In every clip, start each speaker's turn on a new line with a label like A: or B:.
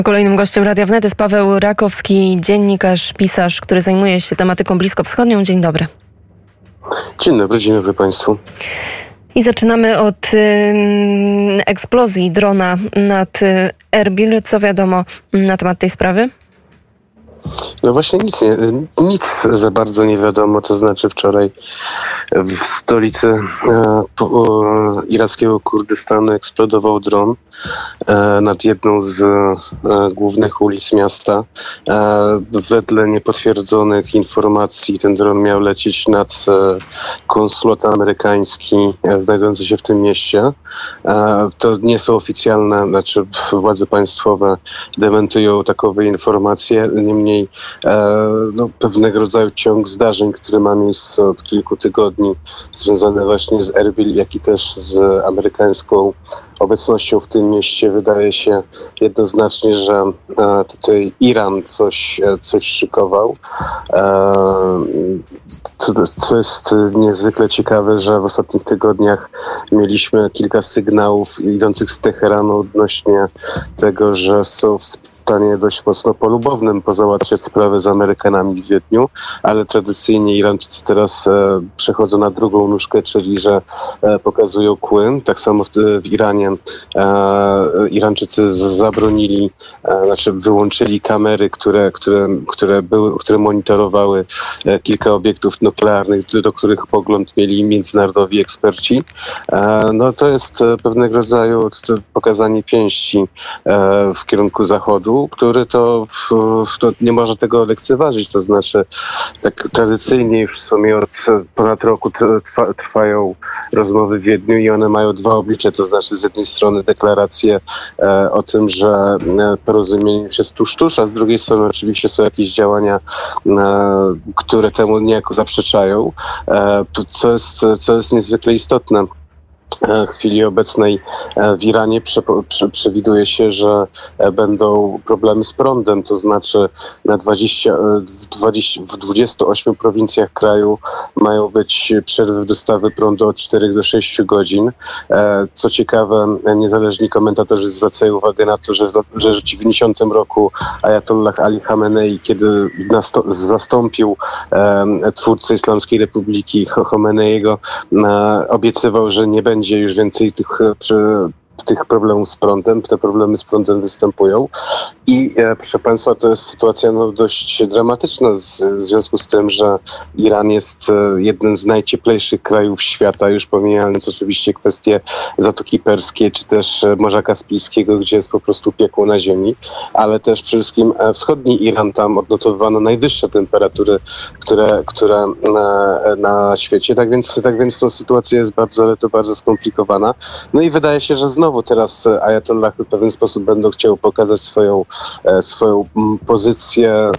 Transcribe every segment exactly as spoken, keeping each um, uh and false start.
A: Kolejnym gościem Radia Wnet jest Paweł Rakowski, dziennikarz, pisarz, który zajmuje się tematyką bliskowschodnią. Dzień dobry.
B: Dzień dobry, dzień dobry Państwu.
A: I zaczynamy od y, eksplozji drona nad y, Erbil. Co wiadomo na temat tej sprawy?
B: No właśnie nic, nie, nic za bardzo nie wiadomo, to znaczy wczoraj w stolicy e, po, e, irackiego Kurdystanu eksplodował dron e, nad jedną z e, głównych ulic miasta. E, wedle niepotwierdzonych informacji ten dron miał lecieć nad e, konsulat amerykański e, znajdujący się w tym mieście. E, to nie są oficjalne, znaczy władze państwowe dementują takowe informacje, niemniej e, no, pewnego rodzaju ciąg zdarzeń, który ma miejsce od kilku tygodni, związany właśnie z Erbil, jak i też z amerykańską obecnością w tym mieście, wydaje się jednoznacznie, że e, tutaj Iran coś, e, coś szykował. E, to, co jest niezwykle ciekawe, że w ostatnich tygodniach mieliśmy kilka sygnałów idących z Teheranu odnośnie tego, że są w stanie dość mocno polubownym pozałatwiać sprawę z Amerykanami w Wiedniu, ale tradycyjnie Irańczycy teraz e, przechodzą na drugą nóżkę, czyli że e, pokazują kły. Tak samo w, w Iranie e, Irańczycy zabronili, e, znaczy wyłączyli kamery, które, które, które, były, które monitorowały e, kilka obiektów nuklearnych, do których pogląd mieli międzynarodowi eksperci. E, no to jest e, pewnego rodzaju to pokazanie pięści e, w kierunku Zachodu, który to, to nie może tego lekceważyć. To znaczy tak tradycyjnie już w sumie od ponad roku trwa, trwają rozmowy w Wiedniu i one mają dwa oblicze. To znaczy z jednej strony deklaracje e, o tym, że e, porozumienie już jest tuż, tuż, a z drugiej strony oczywiście są jakieś działania, e, które temu niejako zaprzeczają. E, to, co jest, co jest niezwykle istotne. W chwili obecnej w Iranie prze, prze, przewiduje się, że będą problemy z prądem, to znaczy na dwudziestu, dwudziestu, w dwudziestu ośmiu prowincjach kraju mają być przerwy w dostawy prądu od czterech do sześciu godzin. Co ciekawe, niezależni komentatorzy zwracają uwagę na to, że, że w dziewięćdziesiątym roku Ajatollah Ali Chamenei, kiedy nasto- zastąpił e, twórcę Islamskiej Republiki Khomeneiego, e, obiecywał, że nie będzie już więcej tych, przy, tych problemów z prądem. Te problemy z prądem występują. I e, proszę Państwa, to jest sytuacja no, dość dramatyczna z, w związku z tym, że Iran jest e, jednym z najcieplejszych krajów świata, już pomijając oczywiście kwestie Zatoki Perskiej, czy też e, Morza Kaspijskiego, gdzie jest po prostu piekło na ziemi, ale też przede wszystkim e, wschodni Iran, tam odnotowano najwyższe temperatury, które, które e, na świecie. Tak więc, tak więc to sytuacja jest bardzo, ale to bardzo skomplikowana. No i wydaje się, że znowu teraz Ajatollah w pewien sposób będą chciał pokazać swoją, swoją pozycję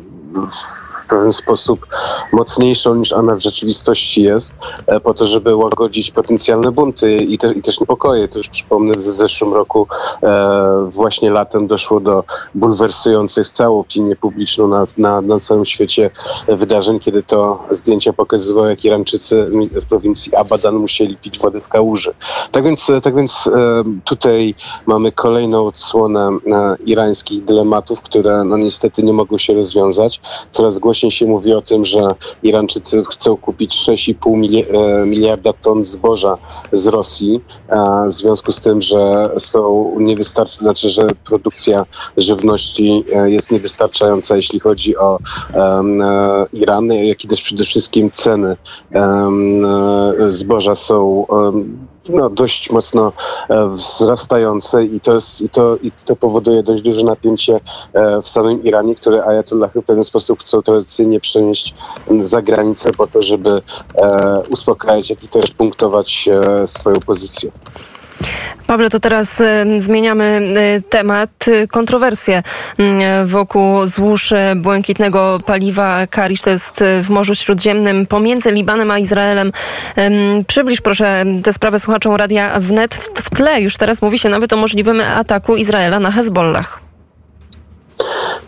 B: w pewien sposób mocniejszą niż ona w rzeczywistości jest, po to, żeby łagodzić potencjalne bunty i, te, i też niepokoje. To już przypomnę, że w zeszłym roku e, właśnie latem doszło do bulwersujących całą opinię publiczną na, na, na całym świecie wydarzeń, kiedy to zdjęcia pokazywały, jak Irańczycy w prowincji Abadan musieli pić wodę z kałuży. Tak więc, tak więc e, tutaj mamy kolejną odsłonę e, irańskich dylematów, które no niestety nie mogą się rozwiązać. Coraz głośniej się mówi o tym, że Irańczycy chcą kupić sześć i pół miliarda ton zboża z Rosji, a w związku z tym, że są niewystarczy, znaczy, że produkcja żywności jest niewystarczająca, jeśli chodzi o um, Iran, jak i też przede wszystkim ceny um, zboża są um, no, dość mocno e, wzrastające i to, jest, i, to, i to powoduje dość duże napięcie e, w samym Iranie, które Ajatollahy w pewien sposób chcą tradycyjnie przenieść za granicę po to, żeby e, uspokajać, jak i też punktować e, swoją pozycję.
A: Pawle, to teraz y, zmieniamy y, temat. Kontrowersje y, wokół złóż błękitnego paliwa Karish, to jest w Morzu Śródziemnym pomiędzy Libanem a Izraelem. Y, przybliż proszę tę sprawę słuchaczom Radia Wnet. W, w tle już teraz mówi się nawet o możliwym ataku Izraela na Hezbollah.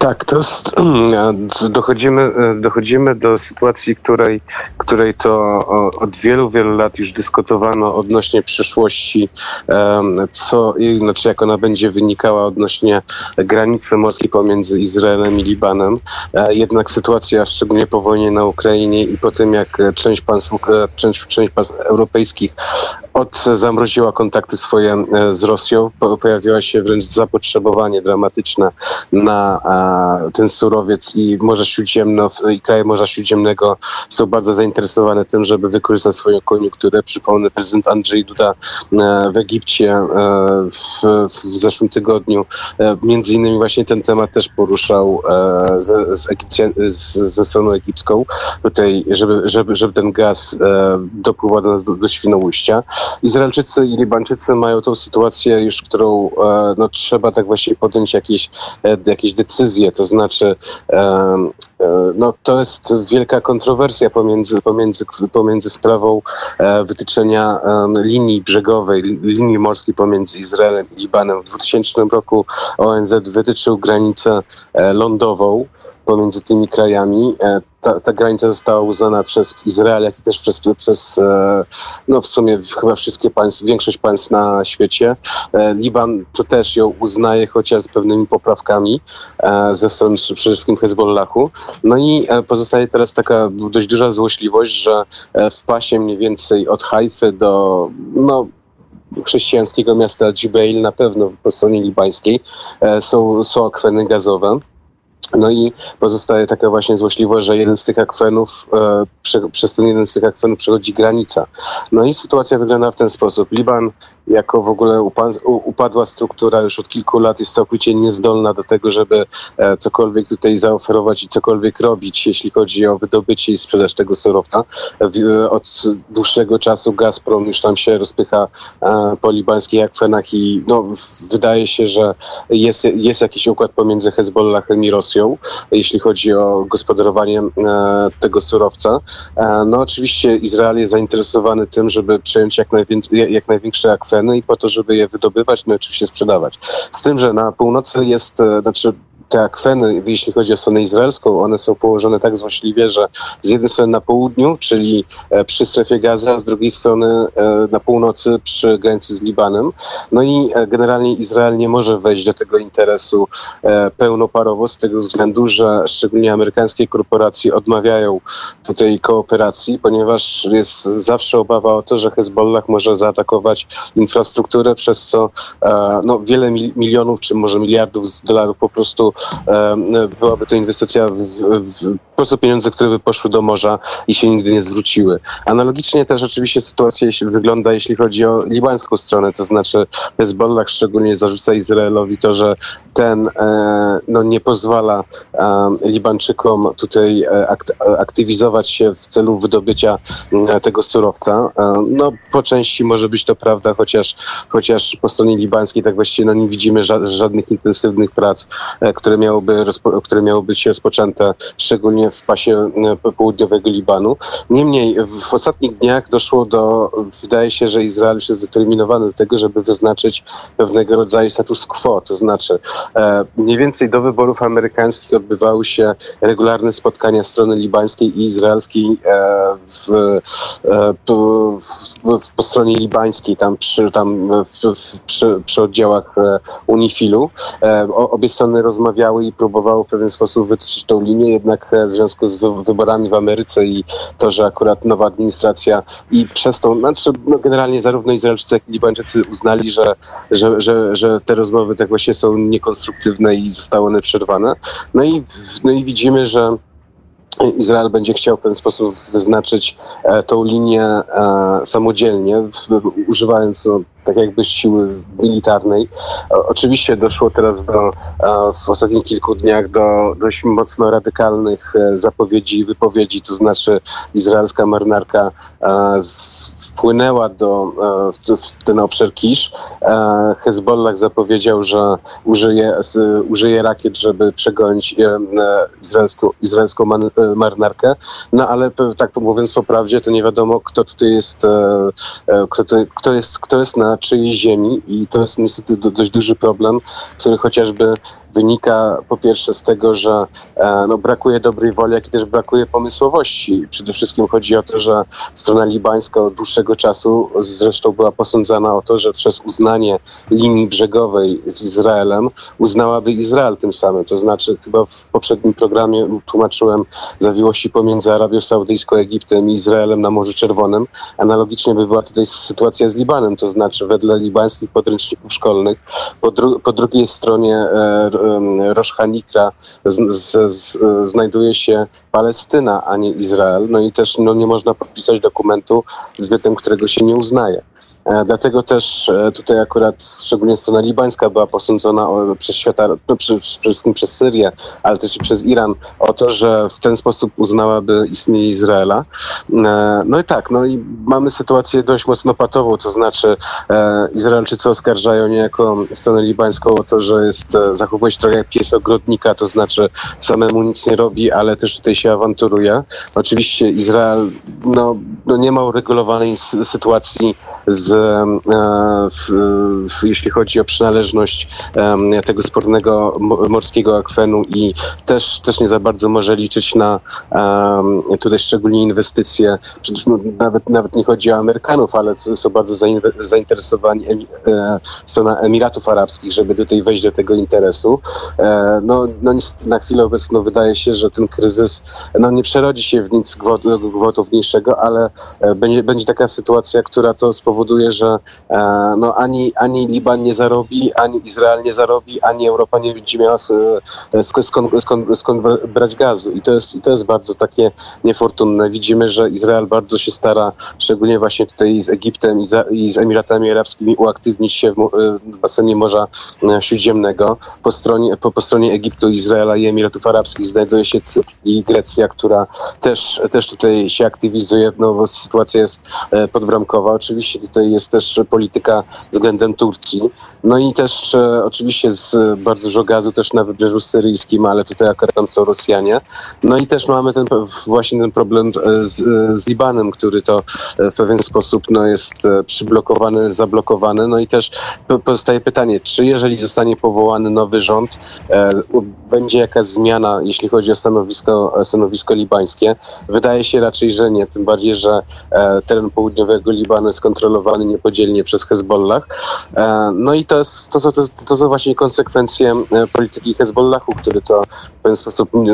B: Tak, to jest, dochodzimy, dochodzimy do sytuacji, której, której to od wielu, wielu lat już dyskutowano odnośnie przyszłości, co, znaczy jak ona będzie wynikała odnośnie granicy morskiej pomiędzy Izraelem i Libanem. Jednak sytuacja, szczególnie po wojnie na Ukrainie i po tym, jak część państw, część, część państw europejskich od zamroziła kontakty swoje z Rosją, pojawiło się wręcz zapotrzebowanie dramatyczne na ten surowiec i Morze Śródziemne i kraje Morza Śródziemnego są bardzo zainteresowane tym, żeby wykorzystać swoją koniunkturę. Przypomnę, prezydent Andrzej Duda w Egipcie w, w zeszłym tygodniu między innymi właśnie ten temat też poruszał ze, z Egipcjan, ze stroną egipską, tutaj, żeby, żeby, żeby ten gaz dopływał do nas do, do Świnoujścia. Izraelczycy i Libańczycy mają tą sytuację już, którą no, trzeba tak właśnie podjąć jakieś, jakieś decyzje, to znaczy no, to jest wielka kontrowersja pomiędzy, pomiędzy, pomiędzy sprawą wytyczenia linii brzegowej, linii morskiej pomiędzy Izraelem i Libanem. W dwutysięcznym roku O N Z wytyczył granicę lądową pomiędzy tymi krajami. Ta, ta granica została uznana przez Izrael, jak i też przez, przez no w sumie chyba wszystkie państwa, większość państw na świecie. Liban to też ją uznaje, chociaż z pewnymi poprawkami ze strony przede wszystkim Hezbollahu. No i pozostaje teraz taka dość duża złośliwość, że w pasie mniej więcej od Hajfy do no chrześcijańskiego miasta Djibeil, na pewno po stronie libańskiej, są, są akweny gazowe. No i pozostaje taka właśnie złośliwość, że jeden z tych akwenów, e, prze, przez ten jeden z tych akwenów przechodzi granica. No i sytuacja wygląda w ten sposób. Liban jako w ogóle upa- upadła struktura już od kilku lat jest całkowicie niezdolna do tego, żeby e, cokolwiek tutaj zaoferować i cokolwiek robić, jeśli chodzi o wydobycie i sprzedaż tego surowca. W, od dłuższego czasu Gazprom już tam się rozpycha e, po libańskich akwenach i no, wydaje się, że jest, jest jakiś układ pomiędzy Hezbollahem i Rosją, jeśli chodzi o gospodarowanie e, tego surowca. E, no oczywiście Izrael jest zainteresowany tym, żeby przejąć jak, najwię- jak największe akweny i po to, żeby je wydobywać, no i oczywiście sprzedawać. Z tym, że na północy jest, e, znaczy te akweny, jeśli chodzi o stronę izraelską, one są położone tak złośliwie, że z jednej strony na południu, czyli przy strefie Gazy, a z drugiej strony na północy przy granicy z Libanem. No i generalnie Izrael nie może wejść do tego interesu pełnoparowo z tego względu, że szczególnie amerykańskie korporacje odmawiają tutaj kooperacji, ponieważ jest zawsze obawa o to, że Hezbollah może zaatakować infrastrukturę, przez co no, wiele milionów czy może miliardów dolarów po prostu byłaby to inwestycja w, w, po prostu pieniądze, które by poszły do morza i się nigdy nie zwróciły. Analogicznie też oczywiście sytuacja jeśli wygląda, jeśli chodzi o libańską stronę, to znaczy Hezbollah szczególnie zarzuca Izraelowi to, że ten no, nie pozwala Libańczykom tutaj aktywizować się w celu wydobycia tego surowca. No po części może być to prawda, chociaż, chociaż po stronie libańskiej tak właściwie no, nie widzimy ża- żadnych intensywnych prac, które miałyby, rozpo, które miały być rozpoczęte szczególnie w pasie południowego Libanu. Niemniej w ostatnich dniach doszło do, wydaje się, że Izrael już jest zdeterminowany do tego, żeby wyznaczyć pewnego rodzaju status quo, to znaczy e, mniej więcej do wyborów amerykańskich odbywały się regularne spotkania strony libańskiej i izraelskiej e, w, e, po, w, po stronie libańskiej, tam przy, tam w, w, przy, przy oddziałach e, Unifilu. E, obie strony rozmawiały i próbowały w pewien sposób wytyczyć tą linię, jednak w związku z wy, wyborami w Ameryce i to, że akurat nowa administracja i przez tą, znaczy no generalnie zarówno Izraelczycy, jak i Libańczycy uznali, że, że, że, że te rozmowy tak właśnie są niekonstruktywne i zostały one przerwane. No i, no i widzimy, że Izrael będzie chciał w ten sposób wyznaczyć e, tą linię e, samodzielnie, w, używając no, tak jakby siły militarnej. O, oczywiście doszło teraz do, e, w ostatnich kilku dniach do dość mocno radykalnych e, zapowiedzi i wypowiedzi, to znaczy izraelska marynarka e, z, wpłynęła do, e, w, w ten obszar Kisz. E, Hezbollah zapowiedział, że użyje, z, użyje rakiet, żeby przegonić e, izraelską, izraelską man, marynarkę, no ale tak mówiąc po prawdzie, to nie wiadomo, kto tutaj jest, e, kto, tutaj, kto jest, kto jest na czyjej ziemi i to jest niestety do, dość duży problem, który chociażby wynika po pierwsze z tego, że no, brakuje dobrej woli, jak i też brakuje pomysłowości. Przede wszystkim chodzi o to, że strona libańska od dłuższego czasu zresztą była posądzana o to, że przez uznanie linii brzegowej z Izraelem uznałaby Izrael tym samym. To znaczy chyba w poprzednim programie tłumaczyłem zawiłości pomiędzy Arabią Saudyjską, Egiptem i Izraelem na Morzu Czerwonym. Analogicznie by była tutaj sytuacja z Libanem, to znaczy wedle libańskich podręczników szkolnych po, dru- po drugiej stronie e, e, Rosh Hanikra z, z, z, znajduje się Palestyna, a nie Izrael. No i też no, nie można podpisać dokumentu, zbytem którego się nie uznaje. E, dlatego też e, tutaj akurat szczególnie strona libańska była posądzona o, przez świata, no, przede wszystkim przez Syrię, ale też i przez Iran o to, że w ten sposób uznałaby istnienie Izraela. E, no i tak, no i mamy sytuację dość mocno patową, to znaczy e, Izraelczycy oskarżają niejako stronę libańską o to, że jest, e, zachowuje się trochę jak pies ogrodnika, to znaczy samemu nic nie robi, ale też tutaj się awanturuje. Oczywiście Izrael no, no nie ma uregulowanej sytuacji z W, w, jeśli chodzi o przynależność um, tego spornego morskiego akwenu i też, też nie za bardzo może liczyć na um, tutaj szczególnie inwestycje. Przecież no, nawet, nawet nie chodzi o Amerykanów, ale są bardzo zainteresowani emi, e, strona Emiratów Arabskich, żeby tutaj wejść do tego interesu. E, no, no niestety na chwilę obecną wydaje się, że ten kryzys no, nie przerodzi się w nic gwałtowniejszego, ale e, będzie, będzie taka sytuacja, która to spowoduje, że e, no, ani, ani Liban nie zarobi, ani Izrael nie zarobi, ani Europa nie będzie miała skąd, skąd, skąd, skąd brać gazu. I to, jest, I to jest bardzo takie niefortunne. Widzimy, że Izrael bardzo się stara, szczególnie właśnie tutaj z Egiptem i, za, i z Emiratami Arabskimi uaktywnić się w, w basenie Morza Śródziemnego. Po stronie, po, po stronie Egiptu, Izraela i Emiratów Arabskich znajduje się Cypr i Grecja, która też, też tutaj się aktywizuje, no bo sytuacja jest podbramkowa. Oczywiście tutaj jest też polityka względem Turcji. No i też e, oczywiście z bardzo dużo gazu też na wybrzeżu syryjskim, ale tutaj akurat tam są Rosjanie. No i też mamy ten właśnie ten problem z, z Libanem, który to w pewien sposób no, jest przyblokowany, zablokowany. No i też pozostaje pytanie, czy jeżeli zostanie powołany nowy rząd, e, będzie jakaś zmiana, jeśli chodzi o stanowisko, stanowisko libańskie? Wydaje się raczej, że nie. Tym bardziej, że e, teren południowego Libanu jest kontrolowany niepodzielnie przez Hezbollah. E, no i to, jest, to, są, to, to są właśnie konsekwencje polityki Hezbollahu, który to w pewien sposób e,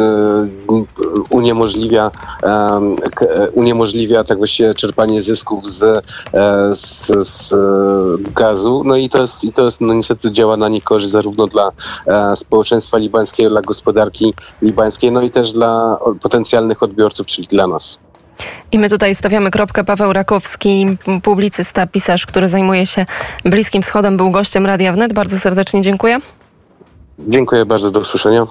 B: uniemożliwia, e, uniemożliwia tak właściwie czerpanie zysków z, e, z, z gazu. No i to jest, i to jest no niestety działa na niekorzyść zarówno dla e, społeczeństwa libańskiego, dla gospodarki libańskiej, no i też dla potencjalnych odbiorców, czyli dla nas.
A: I my tutaj stawiamy kropkę. Paweł Rakowski, publicysta, pisarz, który zajmuje się Bliskim Wschodem, był gościem Radia Wnet. Bardzo serdecznie dziękuję.
B: Dziękuję bardzo, do usłyszenia.